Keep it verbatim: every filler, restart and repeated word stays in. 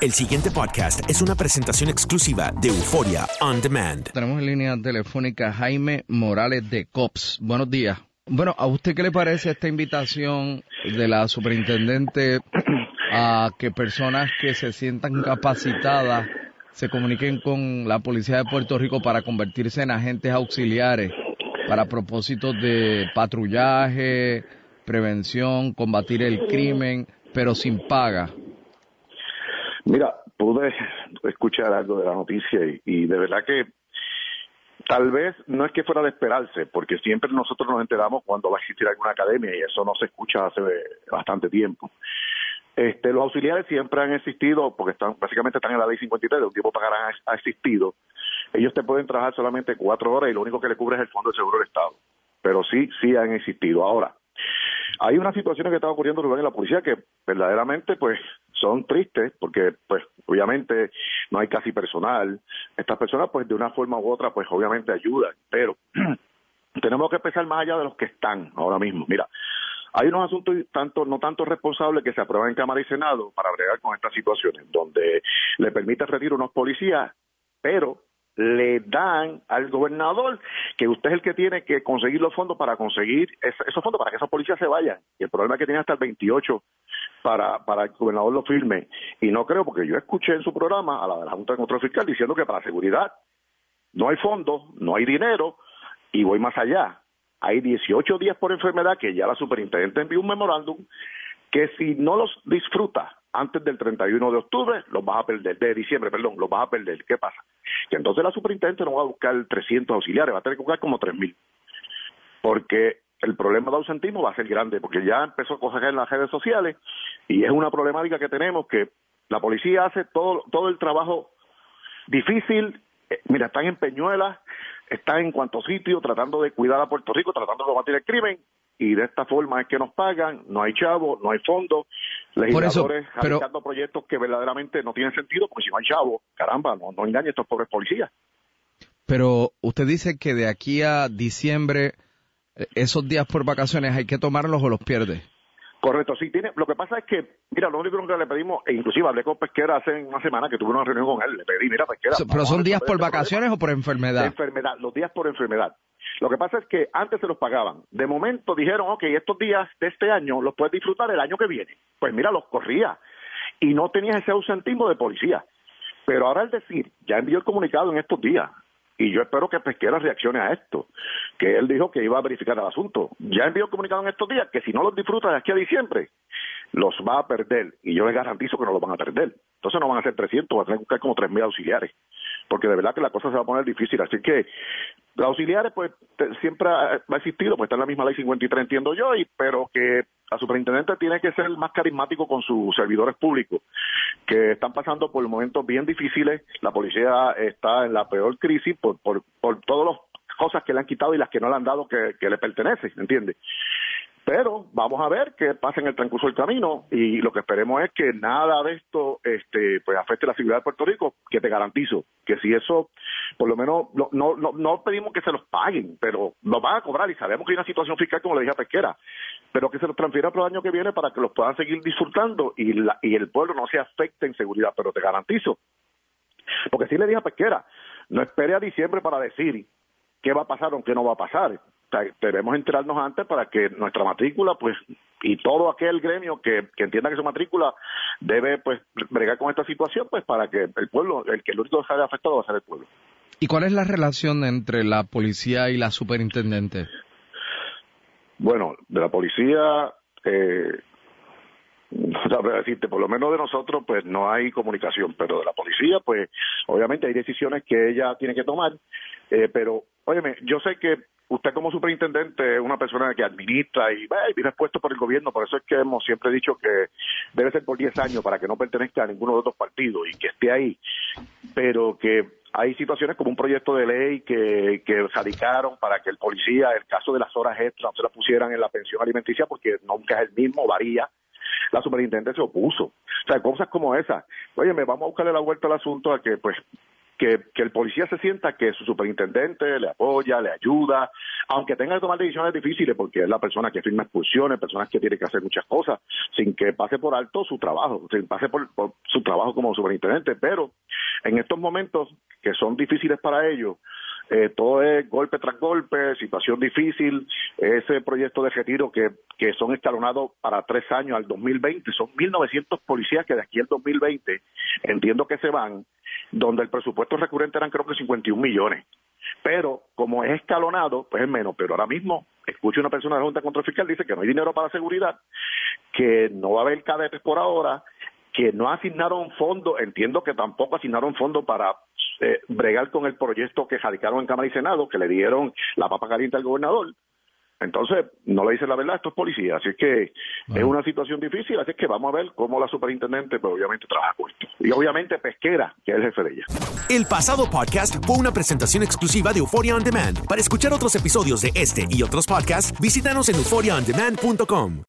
El siguiente podcast es una presentación exclusiva de Euforia On Demand. Tenemos en línea telefónica a Jaime Morales de Cops. Buenos días. Bueno, ¿a usted qué le parece esta invitación de la superintendente a que personas que se sientan capacitadas se comuniquen con la Policía de Puerto Rico para convertirse en agentes auxiliares para propósitos de patrullaje, prevención, combatir el crimen, pero sin paga? Mira, pude escuchar algo de la noticia y, y de verdad que tal vez no es que fuera de esperarse, porque siempre nosotros nos enteramos cuando va a existir alguna academia y eso no se escucha hace bastante tiempo. Este, los auxiliares siempre han existido, porque están básicamente están en la ley cincuenta y tres, de un tiempo para acá ha existido. Ellos te pueden trabajar solamente cuatro horas y lo único que le cubre es el Fondo de Seguro del Estado. Pero sí, sí han existido. Ahora, hay unas situaciones que están ocurriendo, Rubén, en la policía que verdaderamente pues son tristes, porque pues obviamente no hay casi personal. Estas personas pues de una forma u otra pues obviamente ayudan, pero tenemos que pensar más allá de los que están ahora mismo. Mira, hay unos asuntos tanto no tanto responsables que se aprueban en Cámara y Senado para bregar con estas situaciones, donde le permite el retiro a unos policías, pero le dan al gobernador que usted es el que tiene que conseguir los fondos para conseguir esos fondos para que esos policías se vayan. Y el problema es que tiene hasta el veintiocho para para que el gobernador lo firme. Y no creo, porque yo escuché en su programa a la de la Junta de Control Fiscal diciendo que para seguridad no hay fondos, no hay dinero, y voy más allá. Hay dieciocho días por enfermedad que ya la superintendente envió un memorándum que si no los disfruta antes del treinta y uno de octubre, los vas a perder, de diciembre, perdón, los vas a perder. ¿Qué pasa? Que entonces la superintendente no va a buscar trescientos auxiliares, va a tener que buscar como tres mil. Porque el problema de ausentismo va a ser grande, porque ya empezó a cosas en las redes sociales y es una problemática que tenemos, que la policía hace todo, todo el trabajo difícil. Eh, mira, están en Peñuelas, están en cuantos sitios tratando de cuidar a Puerto Rico, tratando de combatir el crimen, y de esta forma es que nos pagan, no hay chavo, no hay fondos, legisladores radicando proyectos que verdaderamente no tienen sentido, porque si no hay chavo, caramba, no, no engañe a estos pobres policías. Pero usted dice que de aquí a diciembre, esos días por vacaciones hay que tomarlos o los pierde. Correcto, sí, tiene. Lo que pasa es que, mira, lo único que le pedimos, e inclusive hablé con Pesquera hace una semana que tuve una reunión con él, le pedí, mira, Pesquera. So, ¿Pero son días por vacaciones problema. o por enfermedad? De enfermedad, los días por enfermedad. Lo que pasa es que antes se los pagaban. De momento dijeron, ok, estos días de este año los puedes disfrutar el año que viene. Pues mira, los corría. Y no tenías ese ausentismo de policía. Pero ahora al decir, ya envió el comunicado en estos días, y yo espero que Pesquera reaccione a esto, que él dijo que iba a verificar el asunto. Ya envió el comunicado en estos días que si no los disfruta de aquí a diciembre, los va a perder. Y yo les garantizo que no los van a perder. Entonces no van a ser trescientos, van a tener que buscar como tres mil auxiliares. Porque de verdad que la cosa se va a poner difícil. Así que los auxiliares, pues, te, siempre ha, ha existido, pues está en la misma ley cincuenta y tres, entiendo yo, y pero que la superintendente tiene que ser más carismático con sus servidores públicos, que están pasando por momentos bien difíciles. La policía está en la peor crisis por por, por todas las cosas que le han quitado y las que no le han dado que, que le pertenecen, ¿entiendes? Pero vamos a ver qué pasa en el transcurso del camino, y lo que esperemos es que nada de esto este pues afecte la seguridad de Puerto Rico, que te garantizo que si eso, por lo menos, no no no, no pedimos que se los paguen, pero los van a cobrar, y sabemos que hay una situación fiscal, como le dije a Pesquera, pero que se los transfieran para el año que viene para que los puedan seguir disfrutando y la, y el pueblo no se afecte en seguridad. Pero te garantizo, porque sí le dije a Pesquera, no espere a diciembre para decir qué va a pasar o qué no va a pasar. Debemos enterarnos antes para que nuestra matrícula, pues, y todo aquel gremio que, que entienda que su matrícula debe, pues, bregar con esta situación, pues, para que el pueblo, el que el único que sale afectado va a ser el pueblo. ¿Y cuál es la relación entre la policía y la superintendente? Bueno, de la policía, eh, no sabría decirte, por lo menos de nosotros, pues, no hay comunicación, pero de la policía, pues, obviamente hay decisiones que ella tiene que tomar, eh, pero, óyeme, yo sé que usted como superintendente es una persona que administra y, eh, y viene puesto por el gobierno, por eso es que hemos siempre dicho que debe ser por diez años para que no pertenezca a ninguno de los dos partidos y que esté ahí, pero que hay situaciones como un proyecto de ley que, que radicaron para que el policía, el caso de las horas extras, no se las pusieran en la pensión alimenticia porque nunca es el mismo, varía. La superintendente se opuso. O sea, cosas como esas. Oye, me vamos a buscarle la vuelta al asunto a que, pues, que, que el policía se sienta que su superintendente le apoya, le ayuda, aunque tenga que tomar decisiones difíciles, porque es la persona que firma expulsiones, personas que tiene que hacer muchas cosas, sin que pase por alto su trabajo, sin pase por, por su trabajo como superintendente, pero en estos momentos que son difíciles para ellos, Eh, todo es golpe tras golpe, situación difícil, ese proyecto de retiro que, que son escalonados para tres años al dos mil veinte, son mil novecientos policías que de aquí al dos mil veinte entiendo que se van, donde el presupuesto recurrente eran creo que cincuenta y un millones, pero como es escalonado, pues es menos, pero ahora mismo escucho una persona de la Junta de Control Fiscal dice que no hay dinero para seguridad, que no va a haber cadetes por ahora, que no asignaron fondos, entiendo que tampoco asignaron fondos para eh, bregar con el proyecto que radicaron en Cámara y Senado, que le dieron la papa caliente al gobernador. Entonces, no le dicen la verdad a estos policías, así es que bueno. Es una situación difícil, así es que vamos a ver cómo la superintendente, pues obviamente trabaja con esto. Y obviamente Pesquera, que es el jefe de ella. El pasado podcast fue una presentación exclusiva de Euphoria On Demand. Para escuchar otros episodios de este y otros podcasts, visítanos en euphoria on demand punto com.